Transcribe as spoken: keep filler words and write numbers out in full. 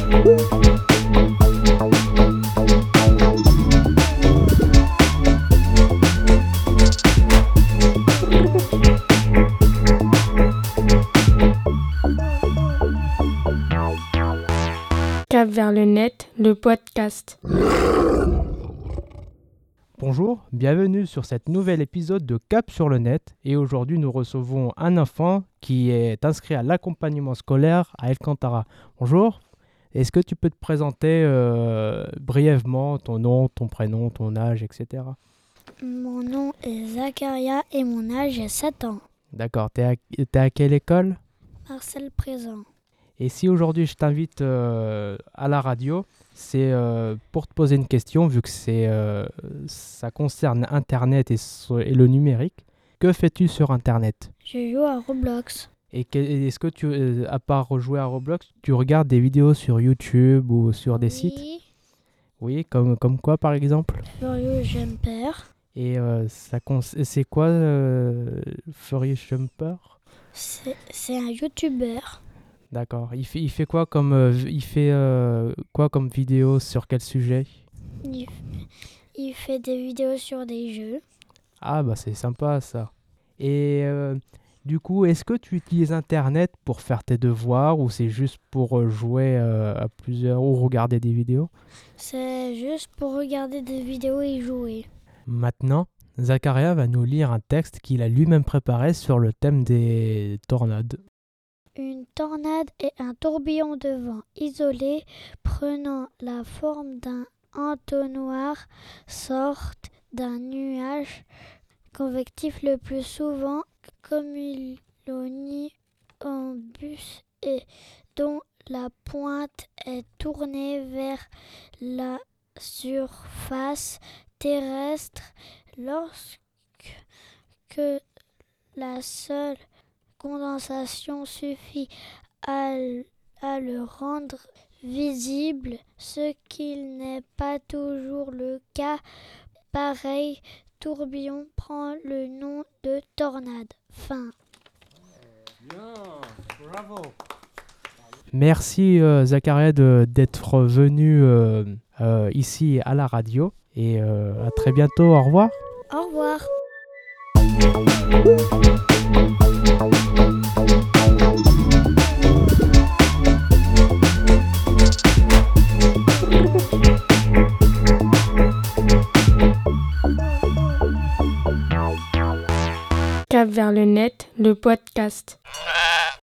Cap vers le net, le podcast. Bonjour, bienvenue sur cet nouvel épisode de Cap sur le net et aujourd'hui nous recevons un enfant qui est inscrit à l'accompagnement scolaire à El-Kantara. Bonjour, est-ce que tu peux te présenter euh, brièvement ton nom, ton prénom, ton âge, et cetera. Mon nom est Zacharia et mon âge est sept ans. D'accord, t'es à, t'es à quelle école ? Marcel Présent. Et si aujourd'hui je t'invite euh, à la radio, c'est euh, pour te poser une question, vu que c'est, euh, ça concerne Internet et, et le numérique. Que fais-tu sur Internet ? Je joue à Roblox. Et que, est-ce que, tu, euh, à part jouer à Roblox, tu regardes des vidéos sur YouTube ou sur des oui. sites ? Oui, comme, comme quoi par exemple ? Furious Jumper. Et euh, ça cons- c'est quoi euh, Furious Jumper ? C'est, c'est un YouTuber. D'accord. Il fait, il fait quoi comme euh, il fait euh, quoi comme vidéo sur quel sujet ? Il, il fait des vidéos sur des jeux. Ah bah c'est sympa ça. Et euh, du coup, est-ce que tu utilises Internet pour faire tes devoirs ou c'est juste pour euh, jouer euh, à plusieurs ou regarder des vidéos ? C'est juste pour regarder des vidéos et jouer. Maintenant, Zacharia va nous lire un texte qu'il a lui-même préparé sur le thème des tornades. Une tornade est un tourbillon de vent isolé prenant la forme d'un entonnoir, sorte d'un nuage convectif le plus souvent cumulonimbus et dont la pointe est tournée vers la surface terrestre lorsque que la seule condensation suffit à, à le rendre visible, ce qui n'est pas toujours le cas. Pareil tourbillon prend le nom de tornade. Fin. Bien, bravo. Merci euh, Zacharia de, d'être venu euh, euh, ici à la radio et euh, à très bientôt, au revoir. Au revoir. Cap vers le net, le podcast.